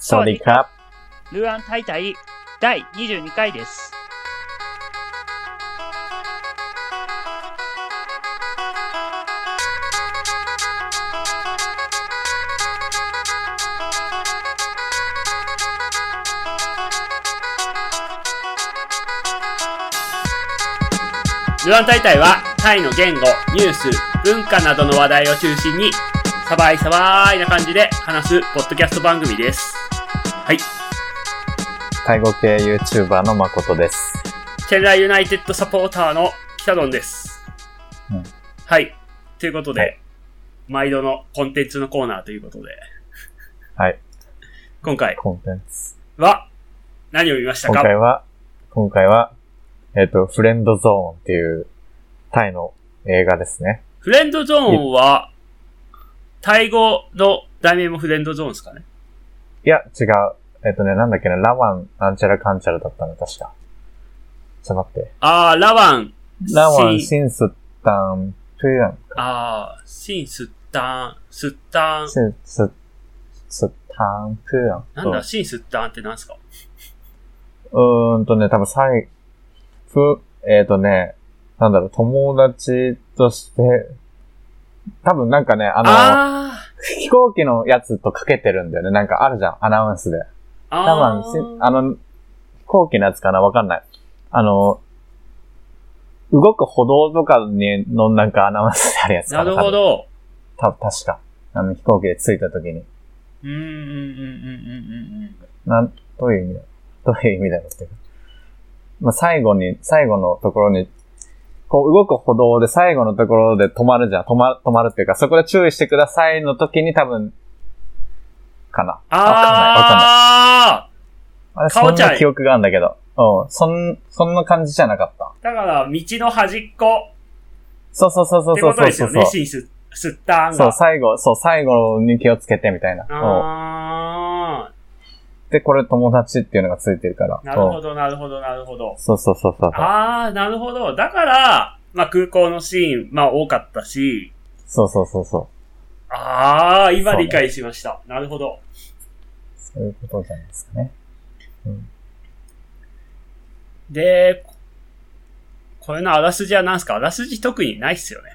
สวัสดีครับルアンタイタイ第22回です。ルアンタイタイはタイの言語、ニュース、文化などの話題を中心にサバイサバイな感じで話すポッドキャスト番組です。はい。 タイ語系 YouTuber の誠です。 チェンライユナイテッドサポーターの北ドンです。はい。ということで、はい、毎度のコンテンツのコーナーということで。 はい。 今回コンテンツは何を見ましたか？ 今回は、フレンドゾーンっていうタイの映画ですね。 フレンドゾーンは、タイ語の題名もフレンドゾーンですかね？ いや、違う。なんだっけな、ラワン、なんちゃらかんちゃらだったの、確か。ちょっと待って。 ラワン、 シンスッタン、プヤン。 シンスッタン、スッタン。 スッタン、プヤン。 なんだ、シンスッタンってなんすか？ 多分なんだろう、友達として、多分なんかね、飛行機のやつとかけてるんだよね。なんかあるじゃん、アナウンスで。多分、飛行機のやつかな、わかんない。動く歩道とかのなんかアナウンスであるやつかな。 なるほど。 確か。飛行機で着いた時に。どういう意味だろうっていうか。まあ、最後のところに、こう動く歩道で最後のところで止まるじゃん。止まるっていうか、そこで注意してくださいの時に多分、かな。わかんない。あれ、そんな記憶があるんだけど。そんな感じじゃなかった。 だから、道の端っこ。 そう。 ってことですよね、シースッターンが。 最後に気をつけてみたいな。で、これ友達っていうのがついてるから。 なるほど。 そう。 なるほど。だから、まあ、空港のシーン、まあ、多かったし。 そう。 今理解しました。なるほど。 そういうことじゃないですかね。 で、これのあらすじは何すか？あらすじ特にないっすよね。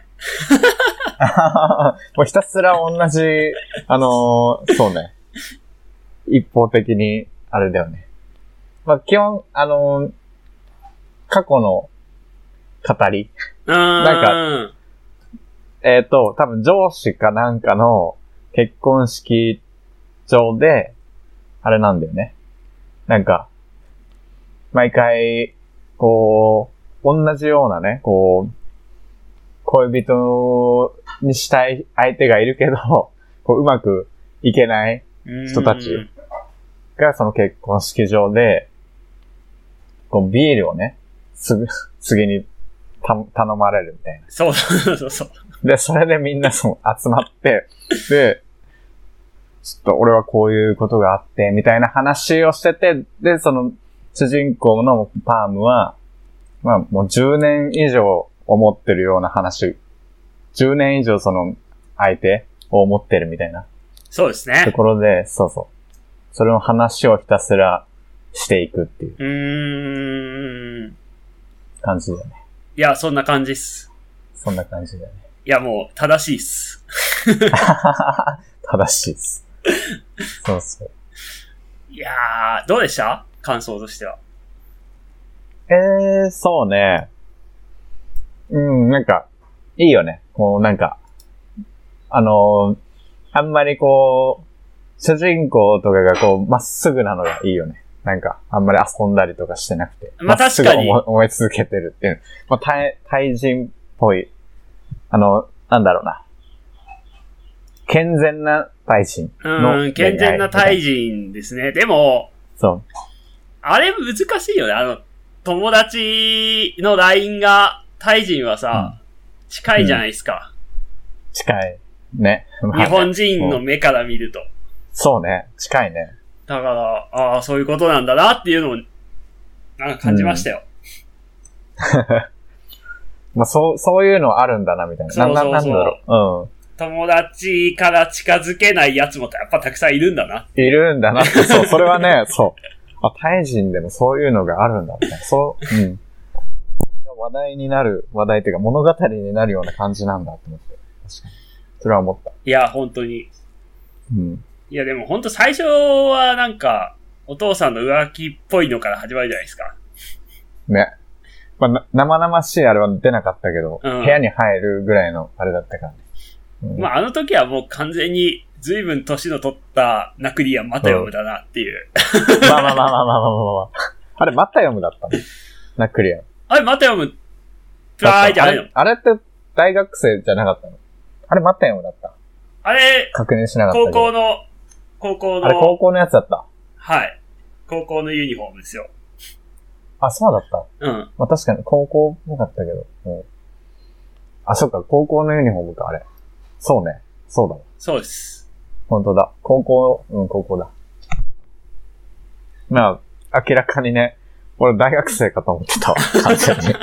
もうひたすら同じ、そうね。一方的に、あれだよね。まあ、基本、過去の語り。なんか、多分上司かなんかの結婚式場で、あれなんだよね。なんか、毎回、こう、同じようなね、こう、恋人にしたい相手がいるけど、こう、うまくいけない人たちがその結婚式場で、こう、ビールをね、次に頼まれるみたいな。 そう。 で、それでみんな集まって、で、ちょっと俺はこういうことがあって、みたいな話をしてて、で、その、主人公のパームは、まあもう10年以上思ってるような話、10年以上その相手を思ってるみたいな。 そうですね。 ところで、そう。それの話をひたすらしていくっていう。感じだよね。 いや、そんな感じっす。 そんな感じだよね。 いや、もう、正しいっす。 正しいっす。そう。 いやー、どうでした？感想としては。 そうね。なんか、いいよね。こう、なんか、あんまりこう、主人公とかがこう、まっすぐなのがいいよね。なんか、あんまり遊んだりとかしてなくて。 まあ、確かに。 思い続けてるっていう。まあ、タイ人っぽい。なんだろうな。健全なタイ人の。 健全なタイ人ですね。でも、 そう。 あれ難しいよね。友達の LINE が、タイ人はさ、近いじゃないですか。 近い。ね。 日本人の目から見ると。 そうね。近いね。 だから、そういうことなんだなっていうのを、なんか感じましたよ。 まあ、そういうのあるんだな、みたいな。なんだろう。 友達から近づけないやつもやっぱたくさんいるんだな。 いるんだなって、そう、それはね、そう。タイ人でもそういうのがあるんだって。そう、うん。話題になる、話題っていうか物語になるような感じなんだと思って。確かに。それは思った。 いや、本当に。 うん。 いや、でも本当最初はなんか、お父さんの浮気っぽいのから始まるじゃないですか。 ね。まあ、生々しいあれは出なかったけど、部屋に入るぐらいのあれだったからね。 まあ、あの時はもう完全に随分年の取ったナクリアンマタヨムだなっていう。 まあ。あれマタヨムだったのナクリアン。 あれマタヨム、プライじゃないの？ あれって大学生じゃなかったの？あれマタヨムだった。 あれ、 確認しなかったけど。 高校の。 あれ高校のやつだった。 はい。高校のユニフォームですよ。 あ、そうだった。 うん。 まあ確かに高校っぽかったけど。うん、あ、そっか、高校のユニフォームか、あれ。そうね。そうだわ。 そうです。 本当だ。高校だ。まあ、明らかにね、俺大学生かと思ってたわ。完全に。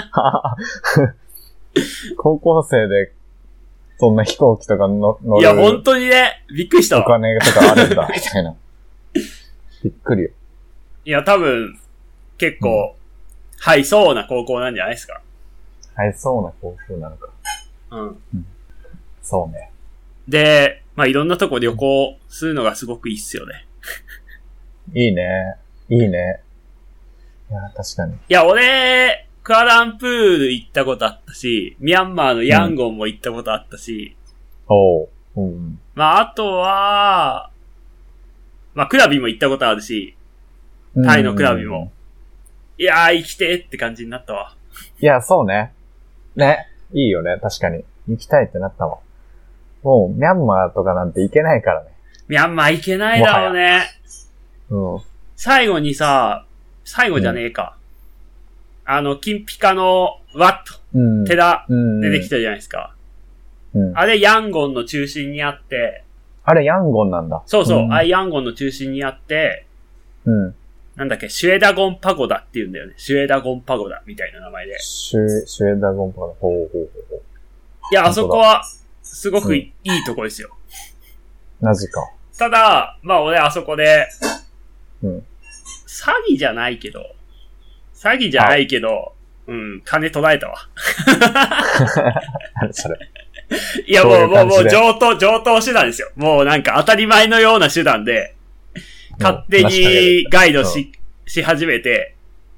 高校生で、そんな飛行機とか乗る。 いや、本当にね、びっくりしたわ。 お金とかあるんだ、みたいな。びっくりよ。 いや、多分、結構、はいそうな高校なんじゃないですか。 はいそうな高校なのか。 うん。 そうね。 で、まあ、いろんなとこ旅行するのがすごくいいっすよね。 いいね。いいね。いや、確かに。 いや、俺、クアランプール行ったことあったし、ミャンマーのヤンゴンも行ったことあったし、まあ、あとは、まあ、クラビも行ったことあるし、タイのクラビも。いやー、生きてーって感じになったわ。 いや、そうね。ね。いいよね、確かに。行きたいってなったわ。もう、ミャンマーとかなんて行けないからね。 ミャンマー行けないだろうね。 うん。 最後にさ、最後じゃねえか。金ピカのワット、寺出てきたじゃないですか。あれヤンゴンの中心にあって。 あれヤンゴンなんだ。 そうそう、あれヤンゴンの中心にあって、なんだっけ、シュエダゴンパゴダって言うんだよね。シュエダゴンパゴダみたいな名前で。 シュエダゴンパゴダ。ほう。 いや、あそこは、すごくいいとこですよ。 マジか。 ただ、まあ俺あそこで、 詐欺じゃないけど、金取られたわ。 何それ。 いや、もう上等手段ですよ。もうなんか当たり前のような手段で、勝手にガイドし始めて、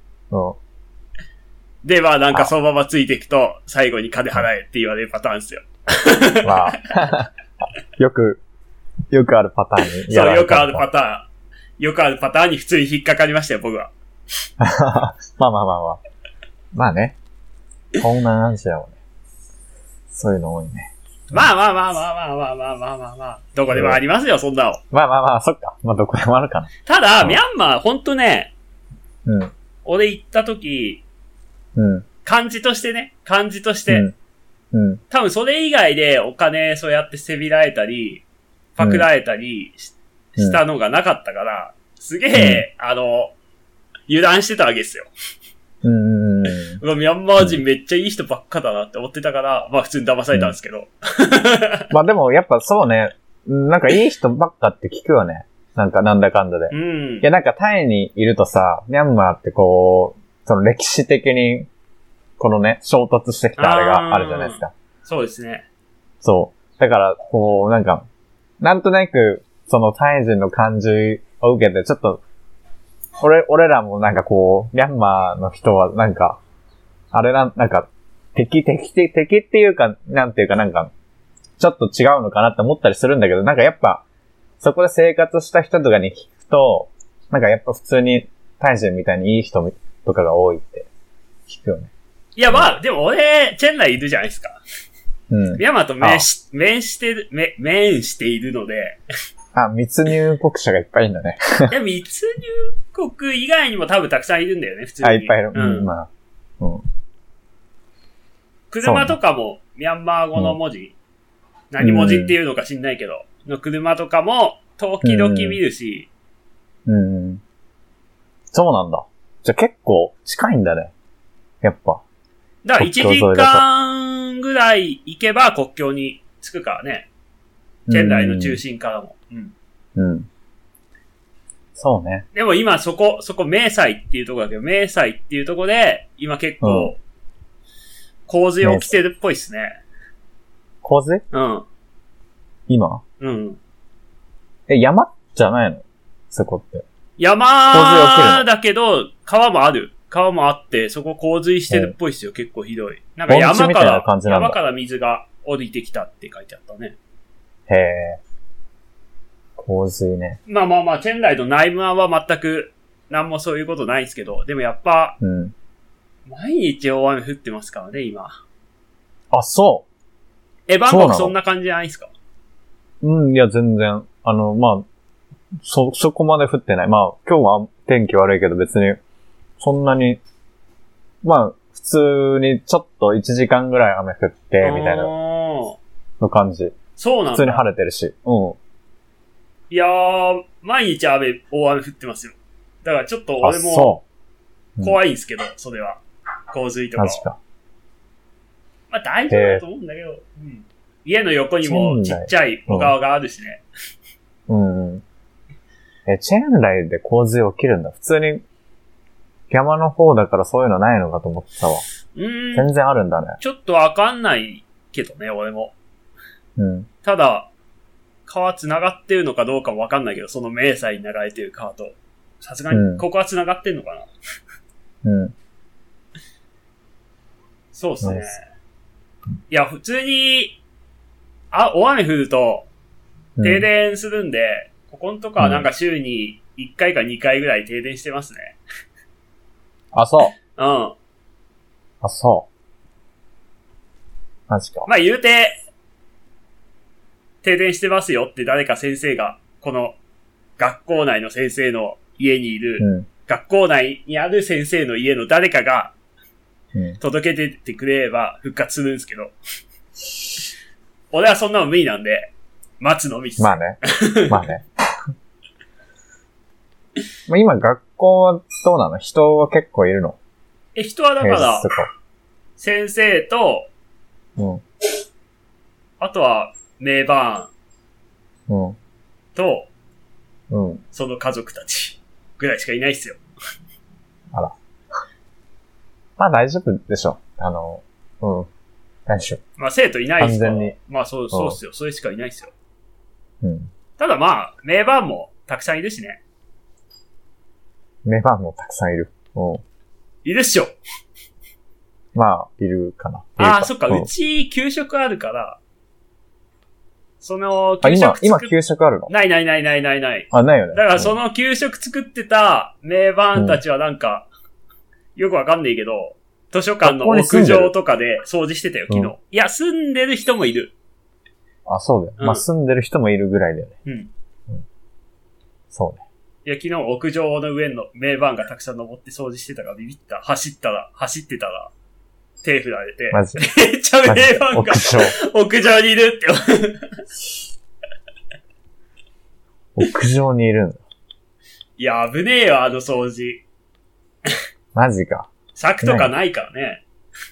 で、まあなんかそのままついていくと、最後に金払えって言われるパターンですよ。 まあ、よくあるパターンに。 そう、よくあるパターンに普通に引っかかりましたよ、僕は。 まあ。まあね。東南アジアはね。そういうの多いね。 まあ。どこでもありますよ、そんなの。 まあ、そっか。まあ、どこでもあるかな。 ただ、ミャンマー、ほんとね、俺行った時、感じとして、多分それ以外でお金そうやってせびられたり、パクられたりしたのがなかったから、すげえ、油断してたわけですよ。ミャンマー人めっちゃいい人ばっかだなって思ってたから、まあ普通に騙されたんですけど。 まあでもやっぱそうね、なんかいい人ばっかって聞くよね。なんかなんだかんだで。いやなんかタイにいるとさ、ミャンマーってこう、その歴史的に、このね、衝突してきたあれがあるじゃないですか。 そうですね。 そう。だから、こう、なんとなく、そのタイ人の感じを受けて、ちょっと、俺らもなんかこう、ミャンマーの人はなんか、あれなんか、敵っていうか、なんていうかなんか、ちょっと違うのかなって思ったりするんだけど、なんかやっぱ、そこで生活した人とかに聞くと、なんかやっぱ普通にタイ人みたいにいい人とかが多いって聞くよね。 いやまあ、でも俺、チェンナイいるじゃないですか。ミャンマーと面しているので。 密入国者がいっぱいいるんだね。 いや、密入国以外にも多分たくさんいるんだよね、普通に。 いっぱいいる。 車とかも、ミャンマー語の文字、何文字っていうのか知んないけど、の車とかも、時々見るし。 そうなんだ。じゃあ結構近いんだね。やっぱ。 だから1時間ぐらい行けば国境に着くからね。 チェンライの中心からも。 そうね。 でも今そこ、明細っていうところだけど、明細っていうところで、今結構、洪水起きてるっぽいっすね。 洪水？今？山じゃないの？そこって。 山だけど、川もある。川もあって、そこ洪水してるっぽいっすよ。結構ひどい。なんか山から水が降りてきたって書いてあったね。 へえ。洪水ね。 まあ、チェンライの内部は全く、なんもそういうことないんですけど、でもやっぱ、毎日大雨降ってますからね、今。 あ、そう。 バンコクそんな感じじゃないですか？ いや、全然。そこまで降ってない。今日は天気悪いけど別に、そんなに、普通にちょっと1時間ぐらい雨降って、みたいな、の感じ。 そうなんだ。 普通に晴れてるし。 いやー、毎日大雨降ってますよ。だからちょっと俺も、怖いんですけど、それは。洪水とかは。 確か。 大丈夫だと思うんだけど、家の横にもちっちゃい小川があるしね。 チェンライで洪水起きるんだ。普通に、山の方だからそういうのないのかと思ってたわ。全然あるんだね。 ちょっとわかんないけどね、俺も。ただ、川繋がってるのかどうかもわかんないけど、その明細に流れてる川と。さすがに、ここは繋がってんのかな。そうっすね。いや、普通に、大雨降ると、停電するんで、ここんとこはなんか週に1回か2回ぐらい停電してますね。 あ、そう。 あ、 そう。マジか。 言うて、停電してますよって誰か先生が、この学校内の先生の家にいる、学校内にある先生の家の誰かが、届けてってくれれば復活するんですけど、俺はそんなの無理なんで、待つのみっす。 まあね。今学校はどうなの？人は結構いるの？ 人はだから、先生と、あとは、名バーンと、その家族たちぐらいしかいないっすよ。 あら。大丈夫でしょ。大丈夫。生徒いないっすから。そうっすよ。それしかいないっすよ。ただ名バーンもたくさんいるしね。 名バーンもたくさんいる。 いるっしょ。 いるかな。 そっか、うち給食あるから、その、給食今給食あるの？ ない。ないよね。だからその給食作ってた名バーンたちはなんか、よくわかんないけど、図書館の屋上とかで掃除してたよ、昨日。いや、住んでる人もいる。 あ、そうだよ。住んでる人もいるぐらいだよね。そうね。 いや、昨日屋上の上の名バーンがたくさん登って掃除してたからビビった。走ってたら、手振られて。 マジめっちゃ名バーンが屋上にいるって。 屋上にいるんだ。 いや、危ねえよ、あの掃除。 マジか。 柵とかないからね。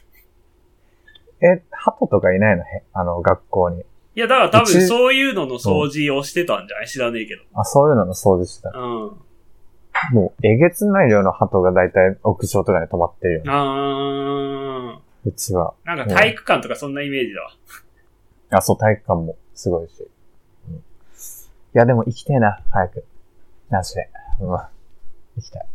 鳩とかいないの？学校に。 いや、だから多分そういうのの掃除をしてたんじゃない？知らねえけど。 そういうのの掃除してた。もう、えげつない量の鳩がだいたい屋上とかに止まってるよね。うちは。 なんか体育館とかそんなイメージだわ。そう、体育館もすごいし。いや、でも行きてえな、早く。マジで。行きたい。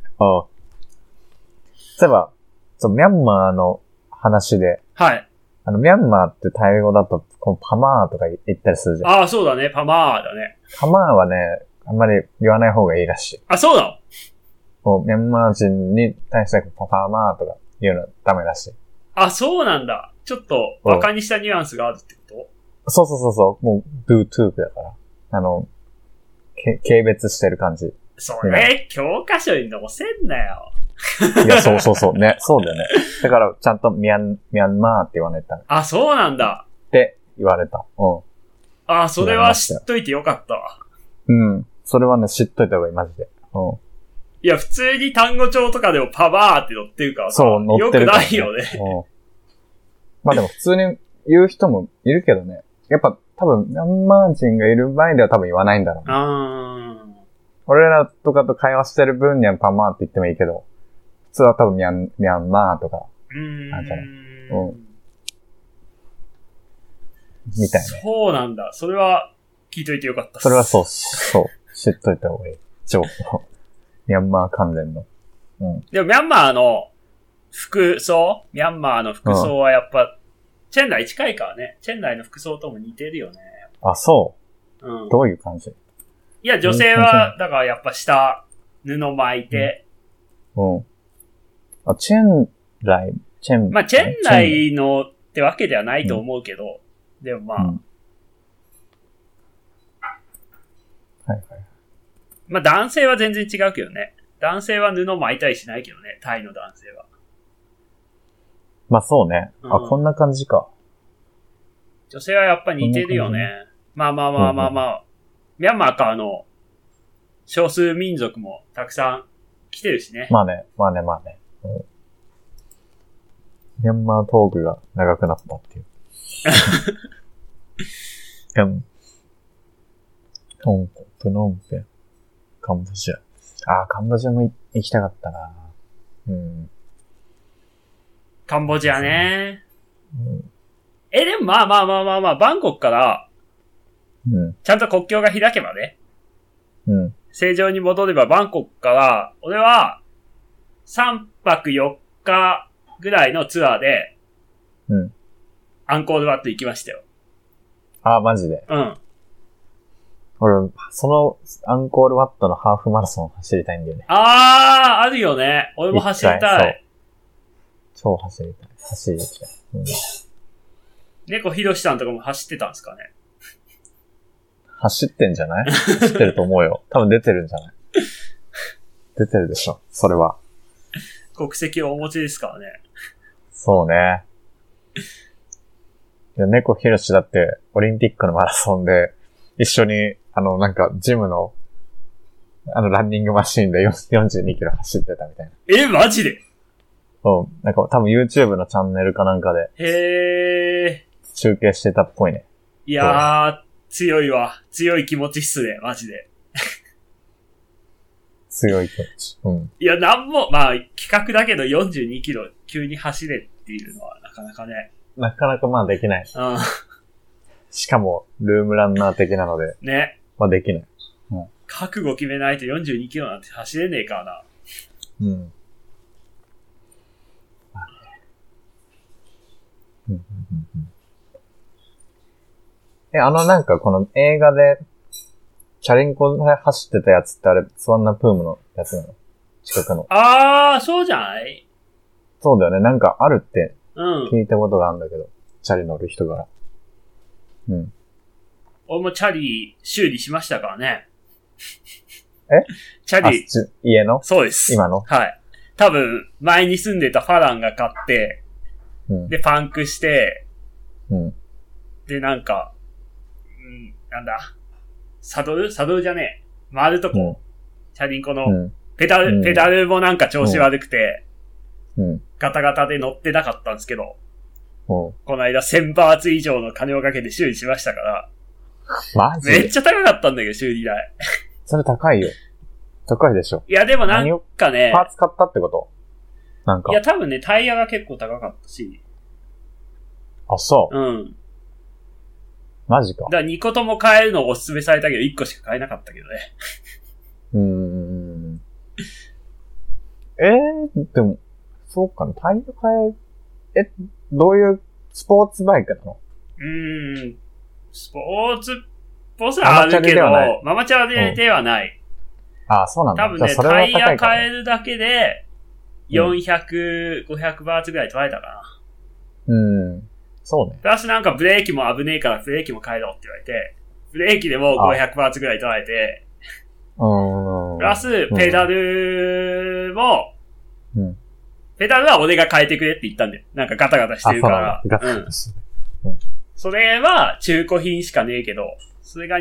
そういえば、ミャンマーの話で。 はい。 ミャンマーってタイ語だと、パマーとか言ったりするじゃん。 そうだね、パマーだね。 パマーはね、あんまり言わない方がいいらしい。 そうなの？ミャンマー人に対してパマーとか言うのはダメらしい。 そうなんだ。ちょっと、馬鹿にしたニュアンスがあるってこと？ そう。もう、ドゥートゥークだから。軽蔑してる感じ。 それ、教科書に載せんなよ。 いや、そう。ね。そうだよね。だから、ちゃんとミャンマーって言われた。 そうなんだ。 って言われた。 それは知っといてよかったわ。 それはね、知っといた方がいい、マジで。 いや、普通に単語帳とかでもパバーって載ってるからさ。そう、載ってるから、ね。よくないよね。 でも普通に言う人もいるけどね。やっぱ多分、ミャンマー人がいる前では多分言わないんだろうね。俺らとかと会話してる分にはパマーって言ってもいいけど、普通は多分ミャンマーとか、なんじゃない？みたいな。 そうなんだ。それは聞いといてよかったっす。 それはそう、知っといた方がいい。情報。ミャンマー関連の。 でもミャンマーの服装はやっぱ、チェンナイ近いからね。チェンナイの服装とも似てるよね。 あ、そう。どういう感じ？ いや、女性は、だからやっぱ下、布巻いて。 あ、チェンナイのってわけではないと思うけど、でもまあ。 はいはい。 まあ男性は全然違うけどね。男性は布巻いたりしないけどね。タイの男性は。 まあそうね。こんな感じか。 女性はやっぱ似てるよね。まあ。ミャンマーからの少数民族もたくさん来てるしね。 まあね。ミャンマートークが長くなったっていう。香港、プノンペン、カンボジア。カンボジアも行きたかったな。 カンボジアね。でもまあ、バンコクから、ちゃんと国境が開けばね。正常に戻ればバンコクから、俺は、3泊4日ぐらいのツアーで、アンコールワット行きましたよ。 マジで？俺、そのアンコールワットのハーフマラソン走りたいんだよね。 あるよね。俺も走りたい。 超走りたい。走りたい。 猫ひろしさんとかも走ってたんですかね？ 走ってんじゃない？走ってると思うよ。多分出てるんじゃない？出てるでしょ。それは。 国籍をお持ちですからね。 そうね。いや、猫ひろしだってオリンピックのマラソンで一緒になんかジムのランニングマシーンで42キロ走ってたみたいな。 マジで？ なんか多分 YouTube のチャンネルかなんかで。中継してたっぽいね。 いやー、強いわ。強い気持ちっすね、マジで。 強い気持ち。 いや、企画だけど42キロ急に走れっていうのはなかなかね。 なかなかできない。しかも、ルームランナー的なので。 ね。 できない。 覚悟決めないと42キロなんて走れねえからな。 なんかこの映画で、チャリンコで走ってたやつってあれ、スワンナプームのやつなの？近くの。 そうじゃない？ そうだよね。なんかあるって聞いたことがあるんだけど、チャリ乗る人から。 俺もチャリ修理しましたからね。チャリ。 家の？ そうです。 今の？ はい。多分、前に住んでたファランが買って、で、パンクして、で、なんか、なんだ、サドルじゃねえ。回るとこ、チャリンコの、ペダルもなんか調子悪くて、ガタガタで乗ってなかったんですけど、この間1000バーツ以上の金をかけて修理しましたから、 マジ？ めっちゃ高かったんだけど、修理代。 それ高いよ。高いでしょ。 いや、でもなんかね、 パーツ買ったってこと？なんか。 いや、多分ね、タイヤが結構高かったし。 そう。マジか。 だから2個とも買えるのをおすすめされたけど、1個しか買えなかったけどね。 でも、そうかな。タイヤ変え、どういうスポーツバイクなの？ スポーツっぽさあるけど、ママチャリではない。 そうなんだ。 多分ね、タイヤ変えるだけで、400、500バーツぐらい取られたかな。 そうね。 プラスなんかブレーキも危ねえからブレーキも変えろって言われて、ブレーキでも500バーツぐらい取られて、プラスペダルも、ペダルは俺が変えてくれって言ったんで、なんかガタガタしてるから。それは中古品しかねえけど、それが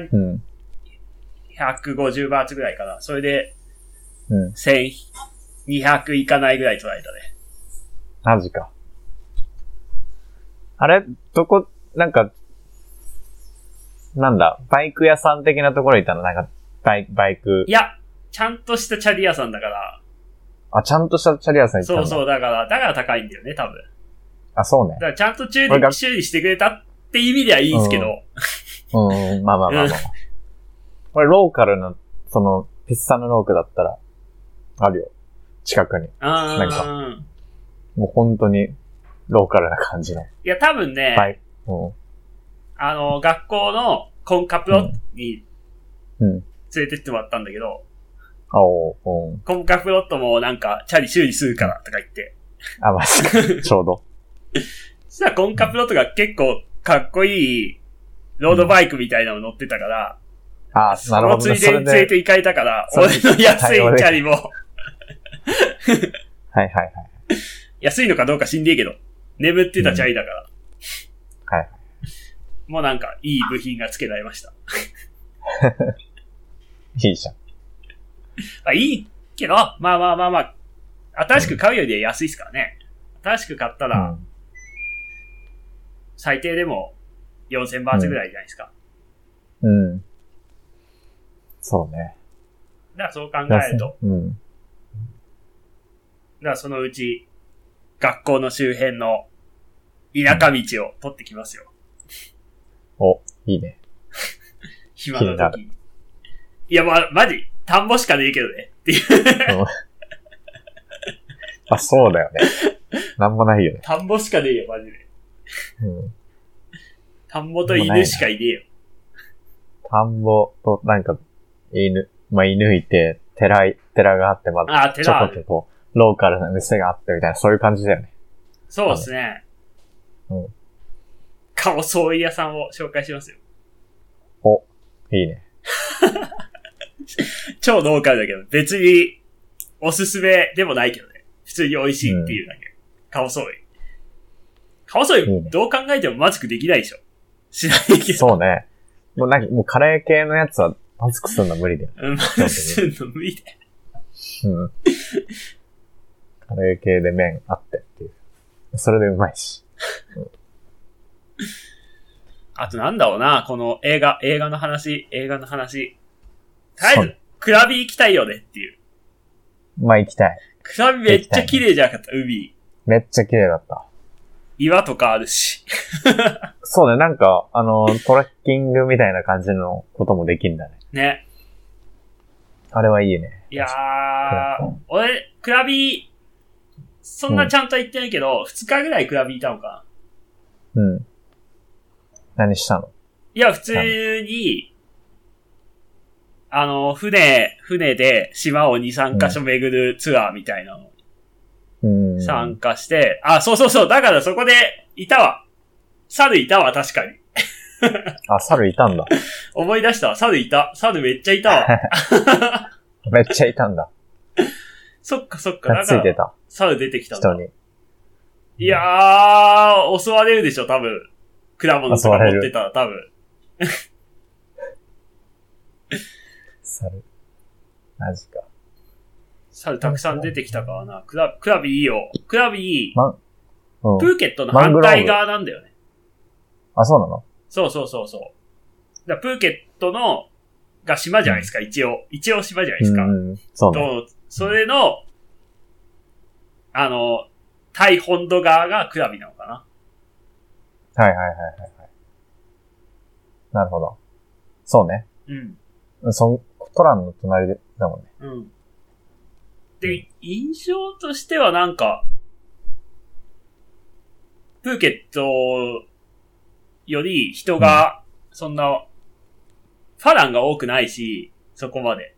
150バーツぐらいかな。それで、1200いかないぐらい取られたね。 マジか。あれなんか、 なんだ、バイク屋さん的なところにいたの？なんか、バイク。 いや、ちゃんとしたチャリ屋さんだから。 あ、ちゃんとしたチャリ屋さん行ったんだ。 そうそう、だから高いんだよね、多分。 あ、そうね。 だからちゃんと修理してくれたって意味ではいいんですけど。 まあ。これローカルな、ピッサヌロークだったら、あるよ。近くに。なんか、もう本当に、ローカルな感じの。 いや、多分ね、学校のコンカプロに、連れてってもらったんだけど、コンカプロットもなんか、チャリ修理するからとか言って。 あ、マジか。ちょうど。 そしたらコンカプロットが結構かっこいいロードバイクみたいなの乗ってたから、 なるほど。 そのついでに連れて行かれたから、俺の安いチャリも。 はい。 安いのかどうか知んねえけど、眠ってたチャリだから。 はい。 もうなんか、いい部品が付けられました。 いいじゃん。 いいけど、まあ。新しく買うより安いですからね。新しく買ったら、最低でも4000バーツぐらいじゃないですか。 そうね。 だからそう考えると。だからそのうち、学校の周辺の田舎道を取ってきますよ。 お、いいね。 暇な時に。いや、マジ、田んぼしかねえけどね。っていう。 そうだよね。なんもないよね。 田んぼしかねえよ、マジで。田んぼと犬しかいねえよ。 田んぼと、なんか、犬いて、寺があって、ちょっとこう、ローカルな店があってみたいな、そういう感じだよね。 そうですね。顔そうい屋さんを紹介しますよ。 お、いいね。 超ローカルだけど、別に、おすすめでもないけどね。普通に美味しいっていうだけ。顔そうい。顔そうい、どう考えてもまずくできないでしょ。知らないけど。 そうね。もうカレー系のやつは、まずくすんの無理だよ。 まずくすんの無理だよ。 カレー系で麺あってっていう。それでうまいし。 あとなんだろうな、この映画の話。とりあえず、クラビ行きたいよねっていう。 行きたい。 クラビめっちゃ綺麗じゃなかった、海。 めっちゃ綺麗だった。 岩とかあるし。 そうね、なんか、トラッキングみたいな感じのこともできんだね。 ね。 あれはいいね。 いやー、俺、クラビ、そんなちゃんとは言ってないけど、2日ぐらいクラビいたのかな。何したの？ いや、普通に、船で島を2、3カ所巡るツアーみたいなの参加して、そう。だからそこでいたわ。猿いたわ、確かに。 猿いたんだ。 思い出したわ。猿いた。猿めっちゃいたわ。 めっちゃいたんだ。 そっか。だからついてた。 猿出てきたんだ。 人に。 いやー、襲われるでしょ、多分。果物とか持ってたら、多分。 猿。マジか。 猿たくさん出てきたからな。クラビいいよ。クラビ、プーケットの反マングローブ対側なんだよね。 そうなの？ そう。だプーケットが島じゃないですか、一応島じゃないですか。 そうね。 それの、タイ本土側がクラビなのかな。 はい。なるほど。そうね。トランの隣だもんね。 で、印象としてはなんか、プーケットより人が、そんな、ファランが多くないし、そこまで。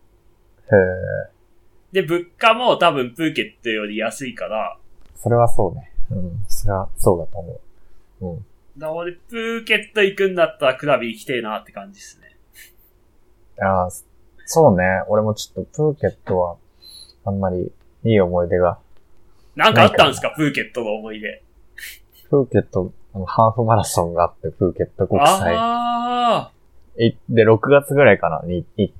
で、物価も多分プーケットより安いから。 それはそうね。それはそうだと思う。 だから俺、プーケット行くんだったらクラビ行きてえなって感じですね。 そうね。俺もちょっとプーケットは、あんまりいい思い出が。 なんかあったんですかプーケットの思い出。 プーケット、ハーフマラソンがあって、プーケット国際。で、6月ぐらいかなに行って、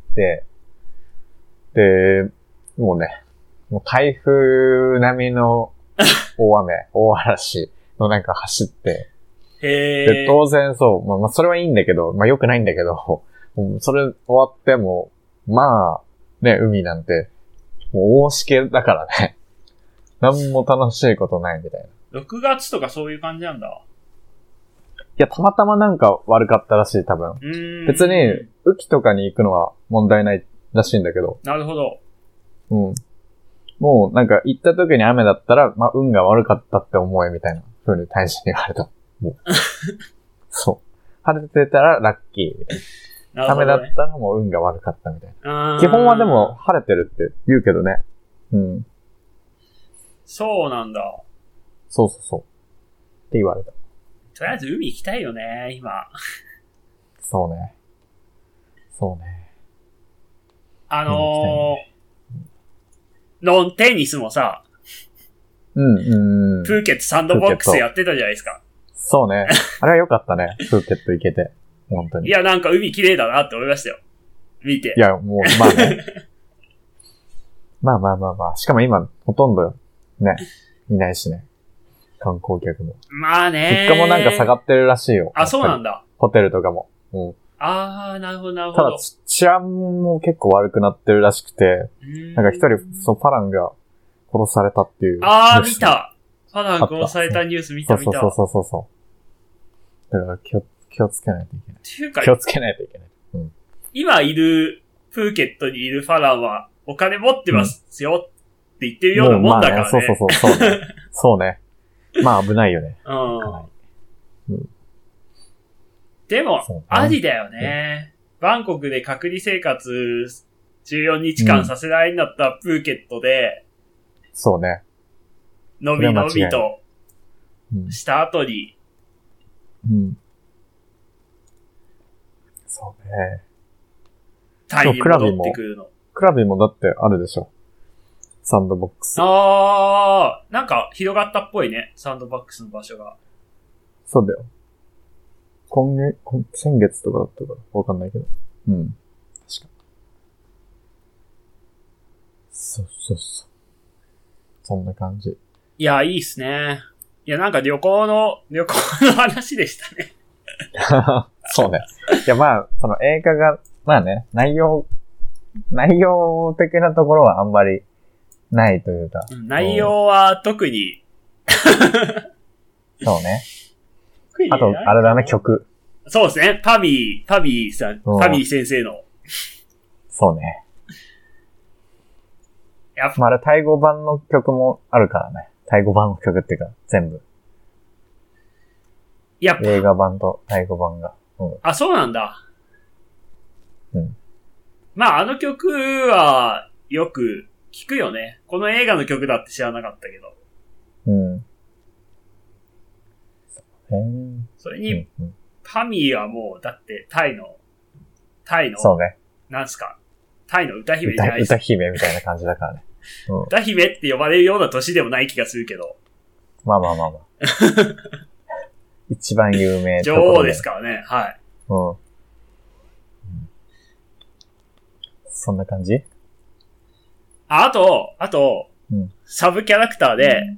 で、もう台風並みの大雨、大嵐のなんか走って、 で、当然そう、まあそれはいいんだけど、まあ良くないんだけど、それ終わっても、まあ、ね、海なんて、もう大しけだからね。なんも楽しいことないみたいな。 6月とかそういう感じなんだ。 いや、たまたまなんか悪かったらしい、多分。別に、雨季とかに行くのは問題ないらしいんだけど。 なるほど。 うん。もうなんか行った時に雨だったら、まあ運が悪かったって思えみたいな風に大使に言われた。もう。そう。晴れてたらラッキーみたいな。雨だったらもう運が悪かったみたいな。基本はでも晴れてるって言うけどね。うん。 そうなんだ。 そうそうそう。って言われた。 とりあえず海行きたいよね、今。 そうね。そうね。 ノンテニスもさ、プーケットサンドボックスやってたじゃないですか。 そうね。あれは良かったね。プーケット行けて。本当に。 いや、なんか海綺麗だなって思いましたよ。見て。 いや、もう、まあね。まあ。しかも今、ほとんど、ね、いないしね。観光客も。 まあね。 物価もなんか下がってるらしいよ。 あ、そうなんだ。 ホテルとかも。うん。 あー、なるほど、なるほど。 ただ、治安も結構悪くなってるらしくて、なんか一人、そう、ファランが殺されたっていう。 あー、見た。ファラン殺されたニュース見た。 そう。だから気をつけないといけない。 っていうか、 気をつけないといけない。うん。 今いる、プーケットにいるファランは、お金持ってますよって言ってるようなもんだからね。 そうね。そうね。まあ危ないよね。 うん。でも、ありだよね。バンコクで隔離生活14日間させられになったプーケットで、 そうね。 のびのびとした後に、 そうね。 タイに戻ってくるの。 クラビもだってあるでしょ。サンドボックス。 あー、なんか広がったっぽいね。サンドボックスの場所が。 そうだよ。先月とかだったからわかんないけど。うん。確か。そう。そんな感じ。 いや、いいっすね。いや、なんか旅行の話でしたね。 そうね。いや、まあ、その映画が、まあね、内容的なところはあんまりないというか。 内容は特に。 そうね。あと、あれだね、曲。 そうですね。パビーさん、パビー先生の。 そうね。まあ、あれ、タイ語版の曲もあるからね。タイ語版の曲っていうか、全部。映画版とタイ語版が。 あ、そうなんだ。 うん。 まあ、あの曲は、よく聞くよね。この映画の曲だって知らなかったけど。 うん。 それに、パミーはもう、だって、タイの、 そうね。 なんすか、タイの歌姫じゃないですか。 歌姫みたいな感じだからね。 歌姫って呼ばれるような年でもない気がするけど。 まあ。一番有名女王ですからね、はい。 そんな感じ？ あと、サブキャラクターで、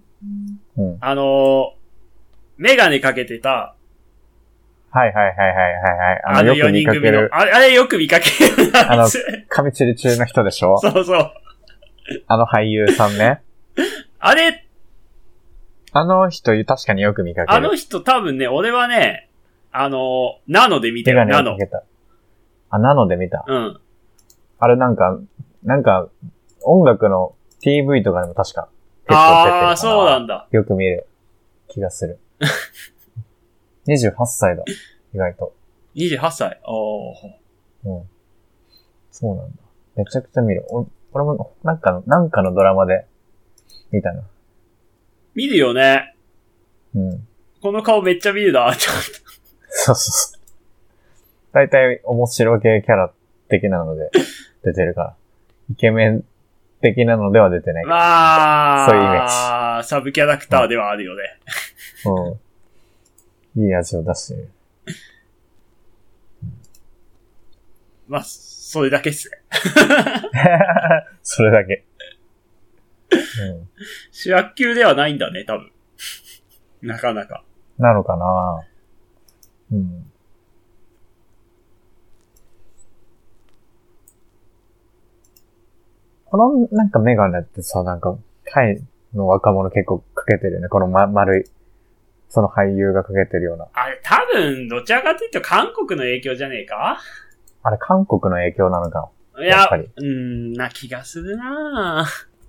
メガネかけてた、 はい。 4人組の。あれよく見かけるな。 髪チリ中の人でしょ？ そう。 俳優さんね。 あの人、確かによく見かける。 あの人多分ね、俺はね、ナノで見てる。ナノで見た。うん。 あれなんか、音楽の PV とかでも確か結構出てるから。 ああ、そうなんだ。 よく見る気がする。28歳だ。意外と。 28歳。 そうなんだ。めちゃくちゃ見る。俺もなんかのドラマで見たな。 見るよね。この顔めっちゃ見るな、ちょっそう。 と。 だいたい面白系キャラ的なので出てるから。イケメン的なのでは出てない。 まあ、 そういうイメージ。 サブキャラクターではあるよね。 いい味を出してる。 まあ、それだけっすね。 それだけ。 主役級ではないんだね、多分。なかなか。 なのかな。 うん。このなんかメガネってさ、なんか、タイの若者結構かけてるよね。この丸い、その俳優がかけてるような。 あれ、多分、どちらかというと韓国の影響じゃねえか？ あれ、韓国の影響なのか。 いや、な気がするな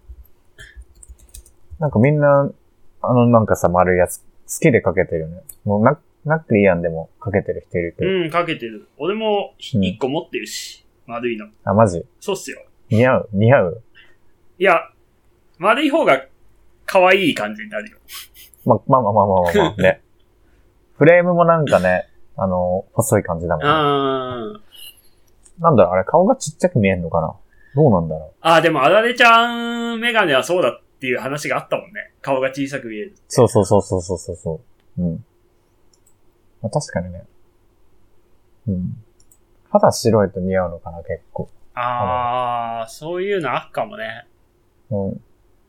なんかみんな、なんかさ、丸いやつ、好きでかけてるよね。もうナックリアンでもかけてる人いるけど。 うん、かけてる。俺も一個持ってるし、丸いの。 あ、マジ？ そうっすよ。 似合ういや、丸い方が可愛い感じになるよ。 まあね。フレームもなんかね、細い感じだもんね。なんだろう、あれ顔がちっちゃく見えんのかな？どうなんだろう。でもあられちゃんメガネはそうだっていう話があったもんね。顔が小さく見える。 そう。うん。まあ、確かにね。うん。肌白いと似合うのかな、結構。 そういうのあっかもね。 うん。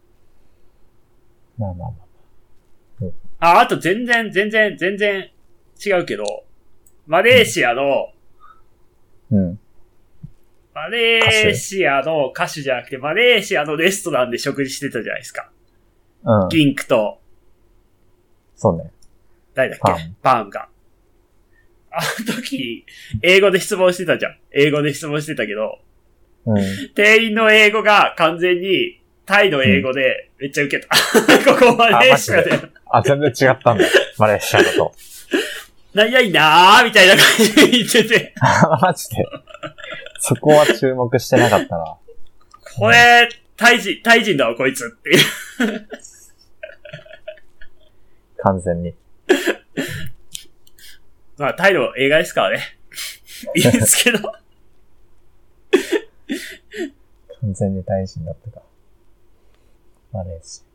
まあ。 うん、あと全然違うけど、マレーシアの、 うん。 マレーシアの歌手じゃなくて、マレーシアのレストランで食事してたじゃないですか。 うん。 ピンクと、 そうね。 誰だっけ？パームが。あの時、英語で質問してたじゃん。英語で質問してたけど、 うん。 店員の英語が完全にタイの英語でめっちゃ受けた。ここマレーシアで。 全然違ったんだ。マレーシアだと。 なんやいなーみたいな感じで言ってて。 マジで。そこは注目してなかったな。 これ、タイ人だわ、こいつっていう。 完全に。 まあ、タイの映画ですからね。いいですけど。 完全にタイ人だったか。マレーシ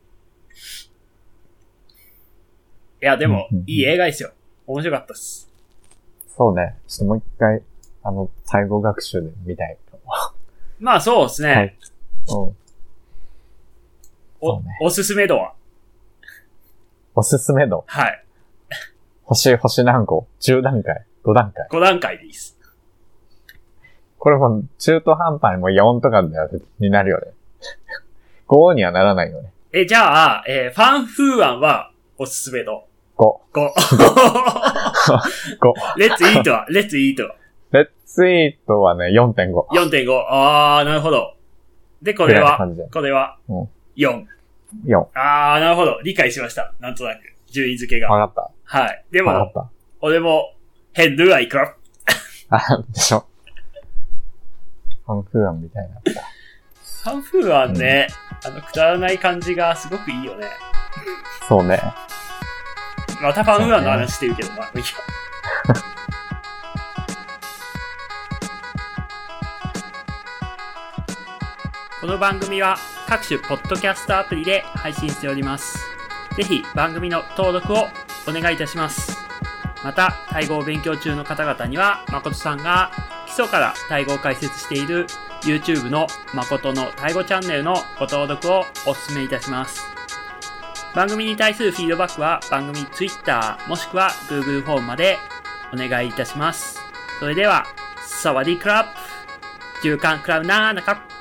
ア。いや、でも、いい映画ですよ。面白かったっす。 そうね。ちょっともう一回、最後学習で見たいと思う。 まあ、そうですね。はい。おすすめ度は？ おすすめ度？ はい。 星何個？ 10 段階 ?5 段階 ?5 段階でいいっす。 これも中途半端にもう4とかになるよね。5にはならないよね。 じゃあ、ファンフーアンはおすすめ度。 5。 レッツイートはレッツイートはね、4.5。 4.5。なるほど。で、これは、4。なるほど。理解しました。なんとなく。順位付けが。 わかった。 はい。でも、俺も、ヘッドはいくら？ でしょ。ファンフーアンみたいな。 ファンフーアンね、くだらない感じがすごくいいよね。 そうね。 またファンフーアンの話してるけど、まあ、いいや。この番組は各種ポッドキャストアプリで配信しております。ぜひ番組の登録をお願いいたします。また、タイ語を勉強中の方々には、誠さんが基礎からタイ語を解説している YouTube の誠のタイ語チャンネルのご登録をお勧めいたします。番組に対するフィードバックは番組 Twitter もしくは Google フォームまでお願いいたします。それでは、サワディークラップ、中間クラブナーナカップ